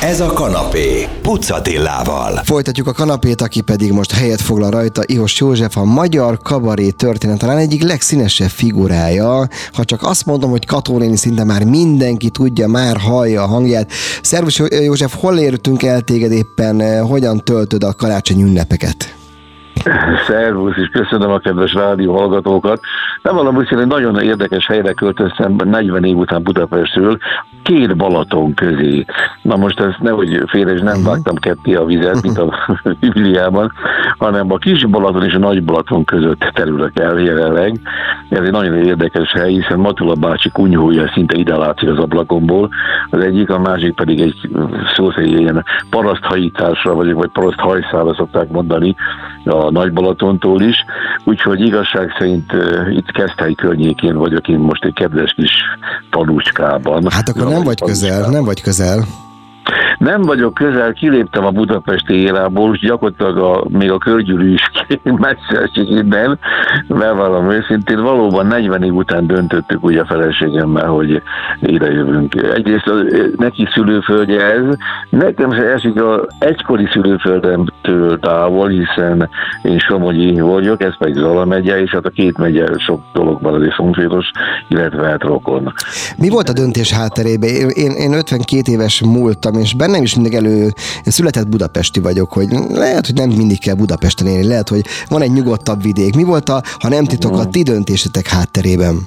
Ez a kanapé Puc Attilával. Folytatjuk a kanapét, aki pedig most helyet foglal rajta, Ihos József, a magyar kabaré történet talán egyik legszínesebb figurája. Ha csak azt mondom, hogy Kató néni, szinte már mindenki tudja, már hallja a hangját. Szervusz József, hol értünk el téged éppen, hogyan töltöd a karácsony ünnepeket? Szervusz, és köszönöm a kedves rádió hallgatókat. Nem valami, hogy nagyon érdekes helyre költöztem 40 év után Budapestről, 2 Balaton közé. Na most ezt nehogy félre, és nem vágtam ketté a vizet, mint a Bibliában, hanem a Kis Balaton és a Nagy Balaton között terülök el jelenleg. Ez egy nagyon érdekes hely, hiszen Matula bácsi kunyhója szinte ide látszik az ablakomból. Az egyik, a másik pedig egy szó szerint ilyen paraszthajításra, vagy paraszthajszára szokták mondani a Nagy Balatontól is, úgyhogy igazság szerint itt Keszthely környékén vagyok én most egy kedves kis falucskában. Hát akkor nem vagy közel. Nem vagyok közel, kiléptem a budapesti érából, és gyakorlatilag még a körgyűrű is messze esik innen, bevallom őszintén, valóban 40 év után döntöttük úgy a feleségemmel, hogy ide jövünk. Egyrészt neki szülőföldje ez, nekem se esik az egykori szülőföldemtől távol, hiszen én Somogyi vagyok, ez pedig Zala megye, és hát a 2 megye sok dologban azért szomszédos, illetve hát rokon. Mi volt a döntés hátterében? Én 52 éves múltam, és bennem is mindig született budapesti vagyok, hogy lehet, hogy nem mindig kell Budapesten élni, lehet, hogy van egy nyugodtabb vidék. Mi volt ha nem titok, a ti döntésetek hátterében?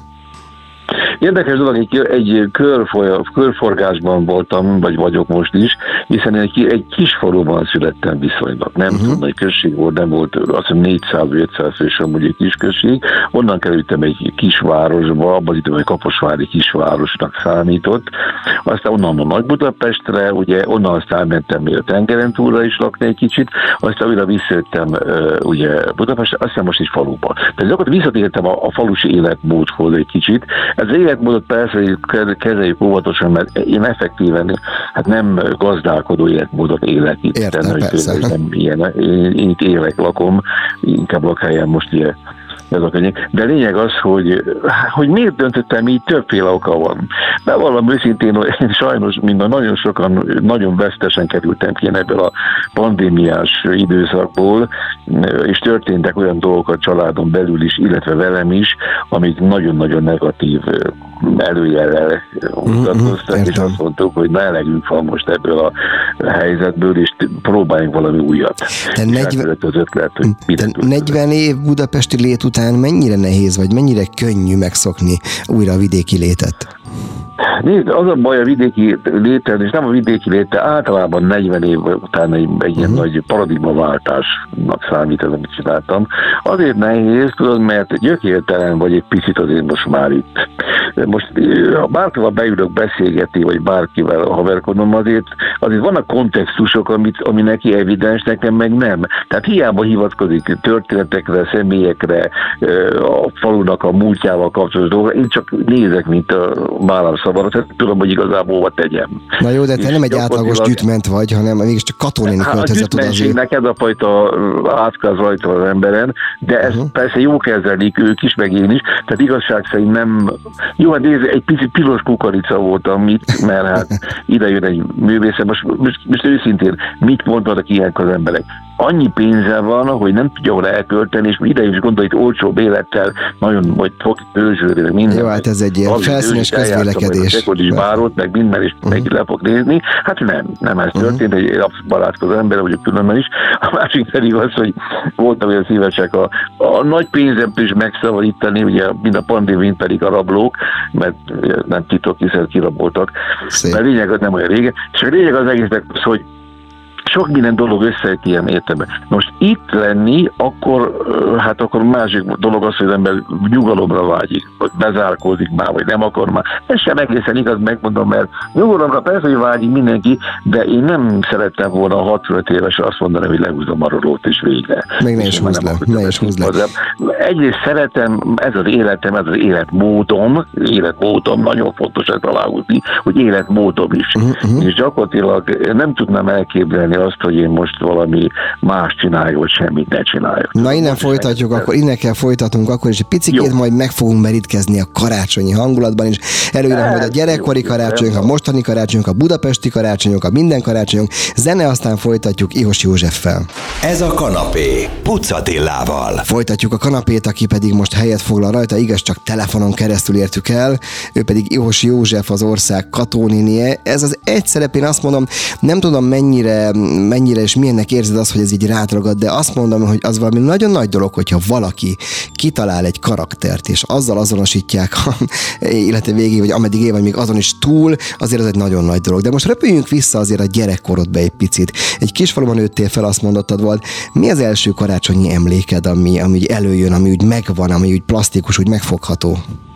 Érdekes dolog, egy körforgásban voltam, vagy vagyok most is, hiszen egy kis faluban születtem viszonylag. Nem tudom, nagy község volt, nem volt, azt hiszem 400-500 fős amúgy egy kis község. Onnan kerültem egy kisvárosba, abban itt egy kaposvári kisvárosnak számított. Aztán onnan a Nagy-Budapestre, ugye onnan aztán mentem még a tengeren túlra is lakni egy kicsit, aztán újra visszajöttem ugye Budapestre, aztán most is faluba. Tehát gyakorlatilag visszatértem a falusi életmódhoz egy kicsit. Ez életmódot persze kezeljük óvatosan, mert én effektíven nem gazdálkodó életmódot élek itt. Értem, persze. Nem ilyen, én itt élek, lakom, inkább lakhelyen most ilyen. De lényeg az, hogy miért döntöttem így, többféle oka van. Bevallom őszintén, én sajnos, mint nagyon sokan, nagyon vesztesen kerültem ki ebből a pandémiás időszakból, és történtek olyan dolgok a családon belül is, illetve velem is, amik nagyon-nagyon negatív előjellel mutatkoztak, és azt mondtuk, hogy ne elegünk fel most ebből a helyzetből, és próbáljunk valami újat. 40 év budapesti lét után mennyire nehéz, vagy mennyire könnyű megszokni újra a vidéki létet? Nézd, az a baj a vidéki léten, és nem a vidéki léte, általában 40 év után egy ilyen nagy paradigmaváltásnak számít ez, amit csináltam. Azért nehéz, tudod, mert gyökértelen vagy egy picit azért most már itt. Most, ha bárkivel beülök beszélgetni, vagy bárkivel haverkodom, azért vannak kontextusok, ami neki evidens, nekem meg nem. Tehát hiába hivatkozik történetekre, személyekre, a falunak a múltjával kapcsolatos dolgokra, én csak nézek, mint a vállam szabadra, tehát tudom, hogy igazából hova tegyem. Na jó, de te nem egy átlagos gyűjtment vagy, hanem mégiscsak Kató néni költözött oda azért. Neked a fajta átkáz rajta az emberen, de ezt persze jó kezelik ők is, meg én is, tehát igazság szerint nem. Jó, hát egy picit piros kukorica voltam itt, mert hát ide jön egy művész, most őszintén, mit mondtak ilyenkor az emberek? Annyi pénze van, hogy nem tudja hol elkölteni, és ide is gondolj, hogy olcsóbb élettel, nagyon majd fog őzsőre, minden. Jó, hát ez egy ilyen felszínes közvélekedés. Is bárott, meg minden, és meg le fog nézni. Hát nem ez történt, egy abszolút barátkozó ember vagyok különben is. A másik pedig az, hogy voltam olyan szívesek a nagy pénzemt is megszabadítani, ugye mind a pandémia, pedig a rablók, mert nem titok, hiszen kiraboltak. Mert lényeg az nem olyan régen. És a lényeg az egésznek az, hogy sok minden dolog összejött ilyen értelemben. Most itt lenni, akkor másik dolog az, hogy az ember nyugalomra vágyik, vagy bezárkózik már, vagy nem akar már. Ez sem egészen igaz, megmondom, mert nyugalomra persze, hogy vágyik mindenki, de én nem szerettem volna 65 évesen azt mondani, hogy lehúzom a rolót és végre. Meg ne is húzd le. Egyrészt szeretem, ez az életem, ez az életmódom, nagyon fontos ezt aláhúzni, hogy életmódom is. És gyakorlatilag nem tudnám elképzelni azt, hogy én most valami más csináljak, vagy semmit ne csináljak. Na innen folytatjuk, akkor innen kell folytatunk, akkor is egy picikét majd meg fogunk merítkezni a karácsonyi hangulatban is. Előjön majd a gyerekkori karácsonyok, a mostani karácsonyok, a budapesti karácsonyok, a minden karácsonyok. Zene, aztán folytatjuk Ihos Józseffel. Ez a kanapé Puc Attilával. Folytatjuk a kanapét, aki pedig most helyet foglal rajta, igaz, csak telefonon keresztül értük el, ő pedig Ihos József, az ország Katónénie. Ez az egy szerep, én azt mondom, nem tudom mennyire és milyennek érzed azt, hogy ez így rátragad, de azt mondom, hogy az valami nagyon nagy dolog, hogyha valaki kitalál egy karaktert, és azzal azonosítják élete végéig, vagy ameddig él, vagy még azon is túl, azért ez egy nagyon nagy dolog. De most repüljünk vissza azért a gyerekkorodba egy picit. Egy kisfaluban nőttél fel, azt mondottad volt. Mi az első karácsonyi emléked, ami úgy előjön, ami úgy megvan, ami úgy plastikus, úgy megfogható?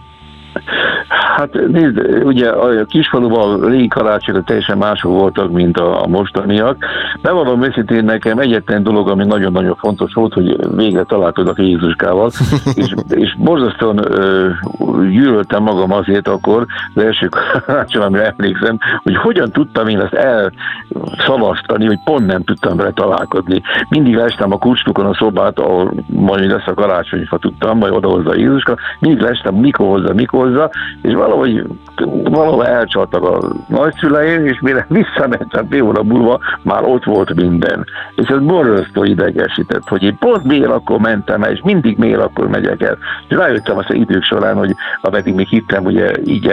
Hát nézd, ugye a kisfaluban a régi karácsonyok teljesen mások voltak, mint a mostaniak. Bevallom őszintén, nekem egyetlen dolog, ami nagyon-nagyon fontos volt, hogy végre találkozok Jézuskával, és borzasztóan gyűlöltem magam azért akkor, az első karácsony, amire emlékszem, hogy hogyan tudtam én ezt elszavaztani, hogy pont nem tudtam vele találkozni. Mindig lestem a kulcstukon a szobát, ahol majd lesz a karácsonyfa tudtam, majd odahozza Jézuska, mindig lestem mikor hozza, és valahogy elcsaltak a nagyszüleim, és mire visszamentem fél óra múlva, már ott volt minden. És ez borzasztó idegesített, hogy én pont miért akkor mentem el, és mindig miért akkor megyek el. És rájöttem azt az idők során, hogy ameddig még hittem, ugye így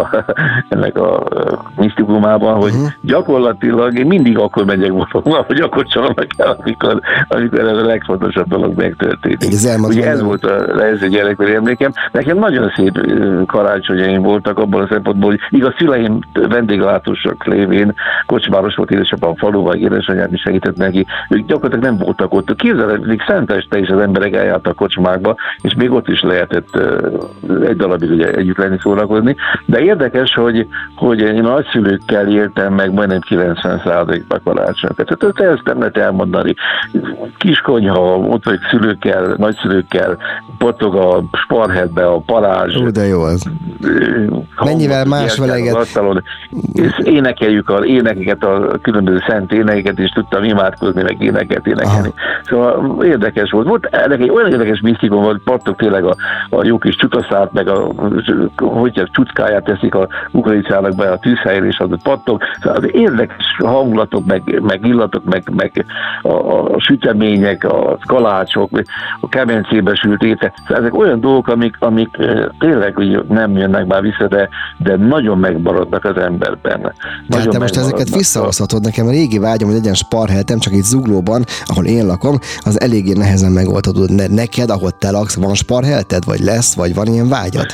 ennek a misztikumában, hogy gyakorlatilag én mindig akkor megyek hogy akkor csalnak el, amikor ez a legfontosabb dolog megtörténik. Ugye ez volt ez a gyerekkori emlékem. Nekem nagyon szép karácsonyaim voltak abban a szempontból, hogy igaz, szüleim vendéglátósak lévén, kocsmáros volt édesapám faluban, édesanyám is segített neki, ők gyakorlatilag nem voltak ott. Képzeld, még szenteste is az emberek eljártak kocsmákba, és még ott is lehetett egy darabig ugye együtt lenni, szórakozni. De érdekes, hogy én a nagyszülőkkel éltem meg majdnem 90%-ban karácsonyokat. Tehát ezt nem lehet elmondani. Kiskonyha, ott vagy szülőkkel, nagyszülőkkel, potog a Sparhetbe, a parázs. De jó az. Mennyivel más veleget. És énekeljük a énekeket, a különböző szent énekeket, és tudtam imádkozni, meg éneket énekelni. Szóval érdekes volt. Volt olyan érdekes misztikum volt, pattog tényleg a jó kis csutaszát, meg hogy csuckáját teszik a kukoricának be a tűzhelyre, és az pattog. Szóval az érdekes hangulatok, meg illatok, meg a sütemények, a kalácsok, a kemencébe sült étel. Szóval ezek olyan dolgok, amik tényleg nem jönnek már vissza, de nagyon megmaradnak az emberben. De hát te most ezeket visszahozhatod. Nekem a régi vágyam, hogy legyen Sparhelt, nem csak itt Zuglóban, ahol én lakom, az eléggé nehezen megoldható. Neked, ahol te laksz, van Sparhelted, vagy lesz, vagy van ilyen vágyad?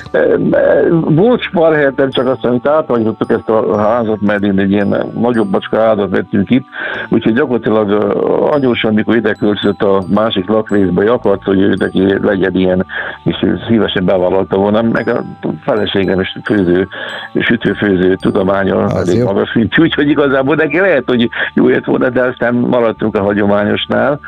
Volt Sparhelted, csak azt, amit átalakítottuk ezt a házat, mert én egy ilyen nagyobb bacska házat vettünk itt, úgyhogy gyakorlatilag anyósan, mikor ide költözött a másik lakrészbe, akart, hogy ő neki legyen ilyen, és szívesen bevállalta volna, meg a feleségem is sütőfőző tudománya elég magas szintű, úgyhogy igazából neki lehet, hogy jó ért volna, de aztán maradtunk a hagyományosnál.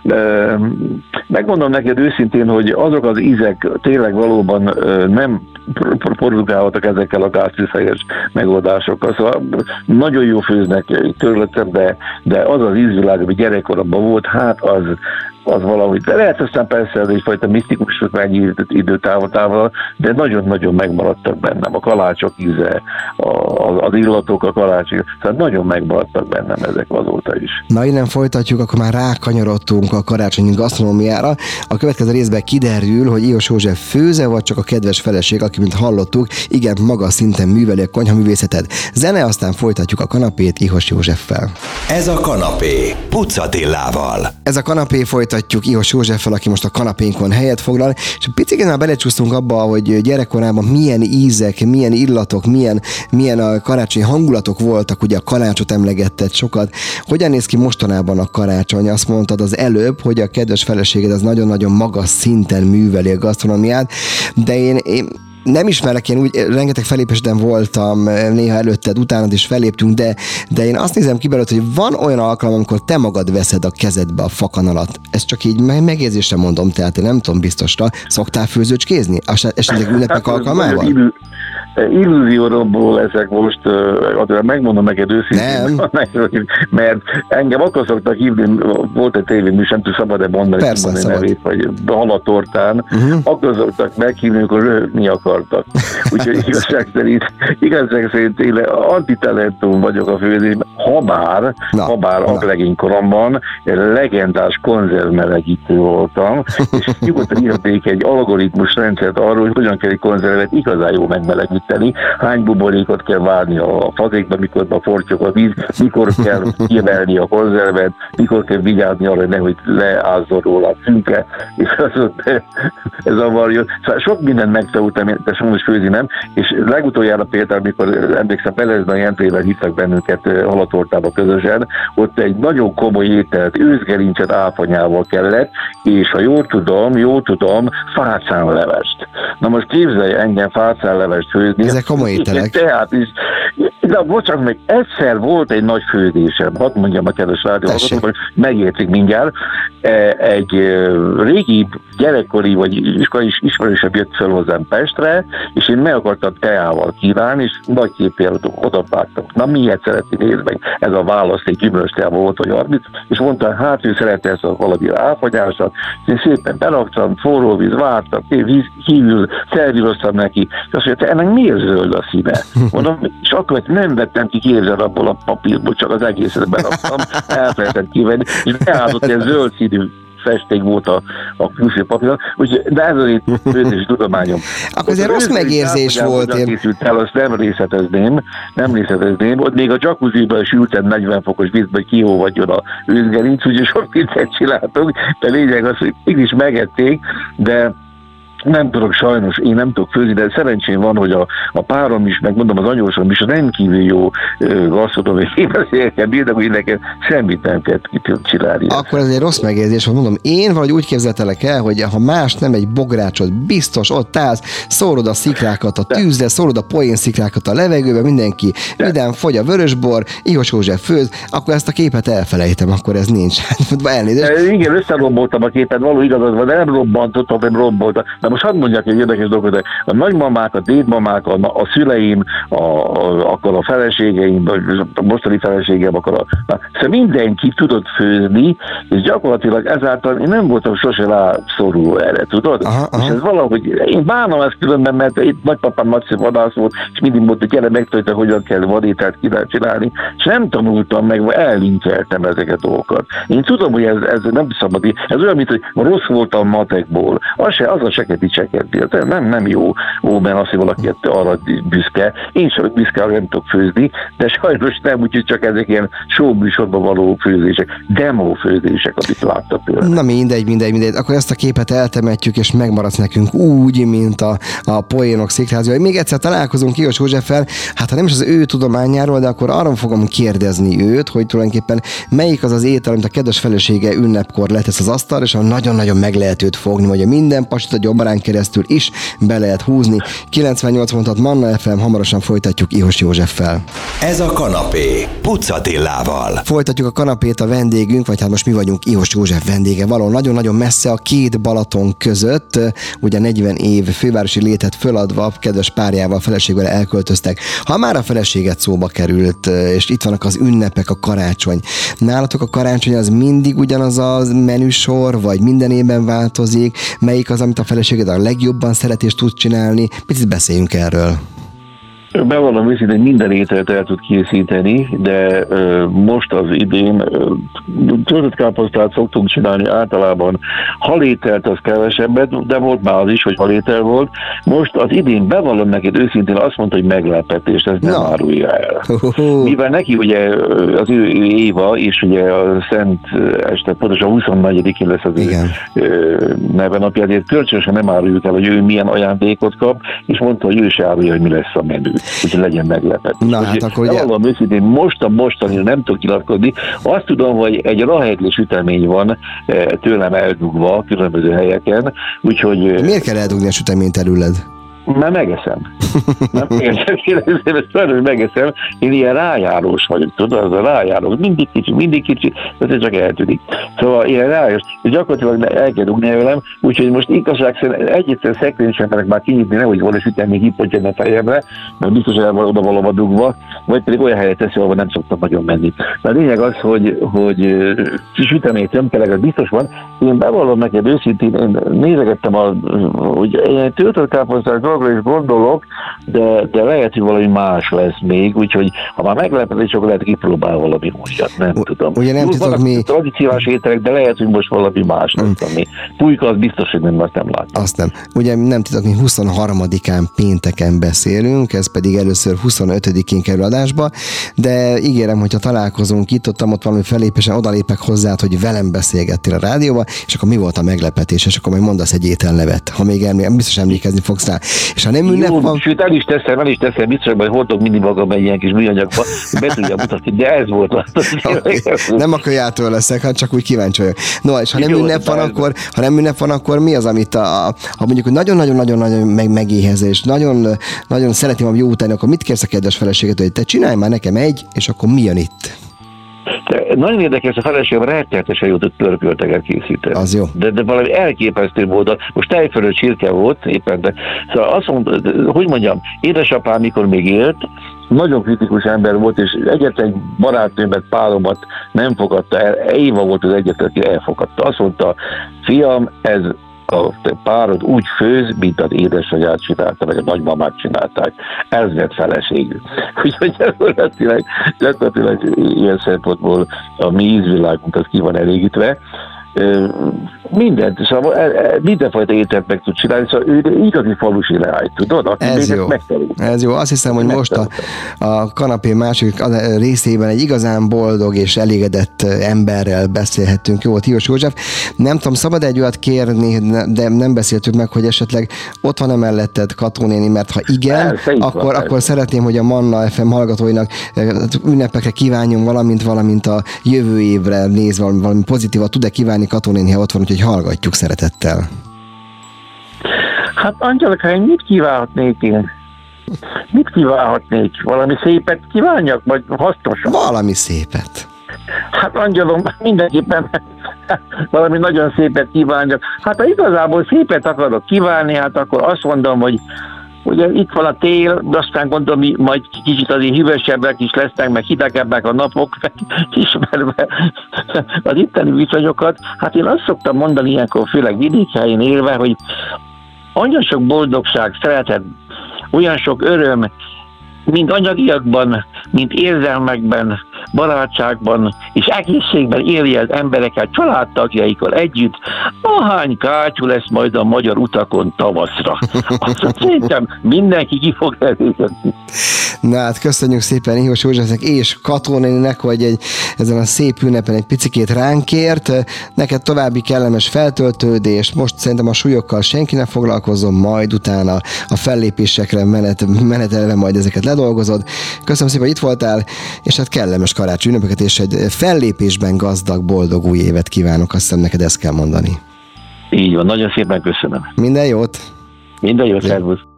Megmondom neked őszintén, hogy azok az ízek tényleg valóban nem produkálhatok ezekkel a gáztűzhelyes megoldásokkal. Szóval nagyon jó főznek körülöttem, de az az ízvilág, ami gyerekkoromban volt, hát az valahogy. De lehet aztán persze ez egyfajta misztikus mennyi időtávol, de nagyon-nagyon megmaradtak bennem. A kalácsok íze, az illatok, a kalácsok, szóval nagyon megmaradtak bennem ezek azóta is. Na, innen folytatjuk, akkor már rákanyarodtunk a karácsonyi gasztronómiára. A következő részben kiderül, hogy Ihos József főze, vagy csak a kedves feleség, aki, mint hallottuk, igen, magas szinten műveli a konyhaművészetet. Zene, aztán folytatjuk a kanapét Ihos Józseffel. Ez a kanapé Puc Attilával. Ez a kanapé folytatjuk Ihos Józseffel, aki most a kanapénkon helyet foglal, és picit már belecsúsztunk abba, hogy gyerekkorában milyen ízek, milyen illatok, milyen a karácsonyi hangulatok voltak, ugye a kalácsot emlegetted sokat. Hogyan néz ki mostanában a karácsony? Azt mondtad az előbb, hogy a kedves feleséged az nagyon-nagyon magas szinten műveli a gasztronómiát, de én nem ismerlek, én úgy rengeteg felépésben voltam, néha előtted, utánad is feléptünk, de én azt nézem ki belőle, hogy van olyan alkalom, amikor te magad veszed a kezedbe a fakanalat. Ezt csak így megjegyzésre mondom, tehát én nem tudom biztosra. Szoktál főzőcskézni? Esetleg ünnepek alkalmával? illúzióról leszek most, megmondom neked őszintén, mert engem akkor szoktak hívni, volt egy tévéműsor, nem tudom, szabad-e mondani nevét, vagy Halatortán, akkor szoktak meghívni, amikor röhögni akartak. Úgyhogy igazság szerint én antitalentum vagyok a főzésben, habár aglegény koromban legendás konzervmelegítő voltam, és nyugodtan írték egy algoritmus rendszert arról, hogy hogyan kell egy konzervet igazán jó megmelegíteni, hány buborékot kell várni a fazékba, mikor a fortyog a víz, mikor kell kiemelni a konzervet, mikor kell vigyázni arra, nehogy leázzon róla a cünke, és ez a varjó. Szóval sok mindent megtanultam, de most főzni nem, és legutoljára például, amikor emlékszem, Pelezna Jentrével hívtak bennünket Halatortába közösen, ott egy nagyon komoly ételt, őszgerincset áfonyával kellett, és ha jól tudom, fácánlevest. Na most képzelj engem fácánlevest főzni. Ezek komoly ételek. Tehát is, de bocsánat, meg egyszer volt egy nagy főzésem, hadd mondjam a kedves rádióhallgatók, hogy megértik mindjárt, egy régi gyerekkori vagy ismerősebb jött fel hozzám Pestre, és én meg akartam teával kívánni, és nagy képjáratok odavágtam. Na miért szeretni, nézd meg, ez a választék gyümölcs teával volt, vagy 30, és mondta, hát ő szerette ezt a valami áfagyásat, és én szépen beraktam, forró víz, vártam, hívül, szervíroztam neki, és azt mondja, ennek miért zöld a színe? Mondom, és akkor nem vettem ki, képzel abból a papírból, csak az egészet beraktam, elfelejtettem kivenni, és beálltott egy zöld színű festék volt a külső papíron, de ez az én főzési tudományom. Akkor ez egy rossz megérzés volt. El, azt nem részletezném. Ott még a jacuzziban is ültem 40 fokos vízben, hogy kihóvadjon a őszgerinc, úgyhogy sok mindent csináltunk, de lényeg az, hogy mégis megették, de nem tudok sajnos, én nem tudok főzni, de szerencsém van, hogy a párom is, megmondom az anyósom is rendkívül jó gasztronómiai képességekkel bírnak, hogy nekem semmit nem kell csinálni. Akkor ez egy rossz megérzés, hogy mondom, én valahogy úgy képzeltelek el, hogy ha más nem egy bográcsot, biztos ott állsz, szórod a szikrákat a tűzre, szórod a poénszikrákat a levegőbe, mindenki vidám, fogy a vörösbor, Ihos József főz, akkor ezt a képet elfelejtem, akkor ez nincs. Elnézést. Igen, összeromboltam a képet, való igazad van, de nem robbantottam, nem romboltam. Most hadd mondjak egy érdekes dolgot, a nagymamák, a dédmamák, a szüleim, akkor a feleségeim, a mostani feleségem, szóval mindenki tudott főzni, és gyakorlatilag ezáltal én nem voltam sose rászoruló erre, tudod? Aha. És ez valahogy, én bánom ezt különben, mert itt nagypapám nagyszerű vadász volt, és mindig mondta, gyere megtanulta, hogyan kell vadételt csinálni, és nem tanultam meg, vagy ellinkeltem ezeket a dolgokat. Én tudom, hogy ez nem szabad, ez olyan, mint hogy rossz voltam matekból, az a se nem jó, mert azt, hogy valaki arra büszke. Én sem büszke, nem tudok főzni, de sajnos nem, úgyhogy csak ezek ilyen showműsorban való főzések, demo főzések, amit láttak tőle. Na mindegy. Akkor ezt a képet eltemetjük, és megmaradsz nekünk úgy, mint a poénok szikrája. Még egyszer találkozunk Ihos Józseffel, hát ha nem is az ő tudományáról, de akkor arra fogom kérdezni őt, hogy tulajdonképpen melyik az az étel, amit a kedves felesége ünnepkor letesz az asztalra, és nagyon-nagyon meg lehet őt fogni, hogy minden pastat a gyomrán keresztül is be lehet húzni. 98 pontot Manna FM, hamarosan folytatjuk Ihos Józseffel. Ez a kanapé Puc Attilával. Folytatjuk a kanapét, a vendégünk, vagy hát most mi vagyunk Ihos József vendége. Való nagyon-nagyon messze a két Balaton között, ugye 40 év fővárosi létet föladva, kedves párjával, feleségvel elköltöztek. Ha már a feleséget szóba került, és itt vannak az ünnepek, a karácsony. Nálatok a karácsony az mindig ugyanaz a menüsor, vagy minden évben változik? Melyik az, amit a feleséged a legjobban szeret és tud csinálni? Picit beszéljünk erről. Bevallom őszintén, hogy minden ételt el tud készíteni, de most az idén töltött káposztát szoktunk csinálni általában. Halételt az kevesebbet, de volt már az is, hogy halétel volt. Most az idén, bevallom neked őszintén, azt mondta, hogy meglepetést, ez nem árulja el. Mivel neki ugye az ő éva, és ugye a Szent Este, pontosan 24-én lesz az ő nevenapja, ezért kölcsönösen nem áruljuk el, hogy ő milyen ajándékot kap, és mondta, hogy ő se árulja, hogy mi lesz a menü. Úgyhogy legyen meglepetés. Na, hát akkor ugye... Valami őszintén mostani nem tudok nyilatkozni. Azt tudom, hogy egy rahegli sütemény van tőlem eldugva különböző helyeken, úgyhogy... Miért kell eldugni a süteményt előled? Már megeszem. Nem értek, sajnos megeszem. Én ilyen rájárós vagyok, tudod, az a rájárós. Mindig kicsi, ez csak eltűnik. Szóval ilyen rájárós, és gyakorlatilag el kell dugni velem, úgyhogy most igazság szerint egyetlen szekrényt sem merek már kinyitni, nehogy volna sütni, kipontjani a fejemre, mert biztos el van oda valóba dugva, vagy pedig olyan helyre teszi, ahol nem szoktam nagyon menni. De a lényeg az, hogy sütemény tömkeleg, az biztos van. Én bevallom neked őszintén, én nézegettem, hogy ilyen töltött káposztás dologra is gondolok, de lehet, hogy valami más lesz még, úgyhogy ha már meglepetés, akkor lehet kipróbál valami újat, nem tudom. Ugye nem tudok mi... Tradíciós ételek, de lehet, hogy most valami más lesz, ami pulyka, az biztos, hogy nem látom. Azt nem. Ugye nem tudok, mi 23-án pénteken beszélünk, ez pedig először 25-én kerül adásba, de ígérem, hogyha találkozunk itt, ott valami felépésen odalépek hozzád, hogy velem beszélgettél a rádióba, és akkor mi volt a meglepetés, és akkor majd mondasz egy ételnevet, ha még biztos emlékezni fogsz rá. És ha nem ünnep van... Sőt, el is teszem, biztos, hogy hordok mindig magam egy ilyen kis műanyagba, be tudja mutatni, de ez volt. Nem a kölyától leszek, hát csak úgy kíváncsi vagyok. No, és ha nem ünnep van, akkor mi az, amit ha mondjuk, hogy nagyon-nagyon megéhezés, nagyon szeretném a jó után, akkor mit kérsz a kedves feleséget, hogy te csinálj már nekem egy, és akkor mi jön itt? De nagyon érdekes, a feleségem rettenetesen jó pörkölteget készített. Az jó. De valami elképesztő módon. Most tejfölös csirke volt éppen, de szóval azt mondta, hogy mondjam, édesapám, mikor még élt, nagyon kritikus ember volt, és egyetlen barátnőmet, páromat nem fogadta el. Éva volt az egyetlen, aki elfogadta. Azt mondta, fiam, ez a párod úgy főz, mint az édesanyját csinálta, vagy a nagymamát csinálták. Ez lett feleségű. Úgyhogy gyakorlatilag ilyen szempontból a mi ízvilágunk az ki van elégítve. Mindent, szóval mindenfajta ételt meg tud csinálni, szóval ő igazi falusi leány, tudod? Ez jó. Azt hiszem, hogy most a kanapé másik részében egy igazán boldog és elégedett emberrel beszélhettünk. Jó volt, Híros József. Nem tudom, szabad egy olyat kérni, de nem beszéltük meg, hogy esetleg ott van-e melletted Kató néni, mert ha igen, akkor szeretném, hogy a Manna FM hallgatóinak ünnepekre kívánjon valamint a jövő évre nézve valami pozitívat tud-e kívánni Kató néni, ha ott van, úgyhogy hallgatjuk szeretettel. Hát Angyalka, én mit kívánhatnék én? Mit kívánhatnék? Valami szépet kívánjak, vagy hasznosan? Valami szépet. Hát Angyalom, mindenképpen valami nagyon szépet kívánjak. Hát ha igazából szépet akarok kívánni, hát akkor azt mondom, hogy ugye itt van a tél, de aztán gondolom, majd kicsit azért hűvösebbek is lesznek, meg hidegebbek a napok, ismerve az itteni viszonyokat. Hát én azt szoktam mondani ilyenkor, főleg vidékhelyén élve, hogy olyan sok boldogság, szeretet, olyan sok öröm, mind anyagiakban, mind érzelmekben, barátságban és egészségben élje az emberekkel, családtagjaikkal együtt, ahány kátyú lesz majd a magyar utakon tavaszra. Azt szerintem mindenki ki fog elégedni. Na hát köszönjük szépen Híros Józsefnek és Kató néninek, hogy ezen a szép ünnepen egy picikét ránk ért. Neked további kellemes feltöltődést, most szerintem a súlyokkal senki ne foglalkozzon, majd utána a fellépésekre menetelve majd ezeket ledolgozod. Köszönöm szépen, hogy itt voltál, és hát kellemes karácsony ünnepeket, és egy fellépésben gazdag, boldog új évet kívánok, azt hiszem neked ezt kell mondani. Így van, nagyon szépen köszönöm. Minden jót! Minden jót, szervusz!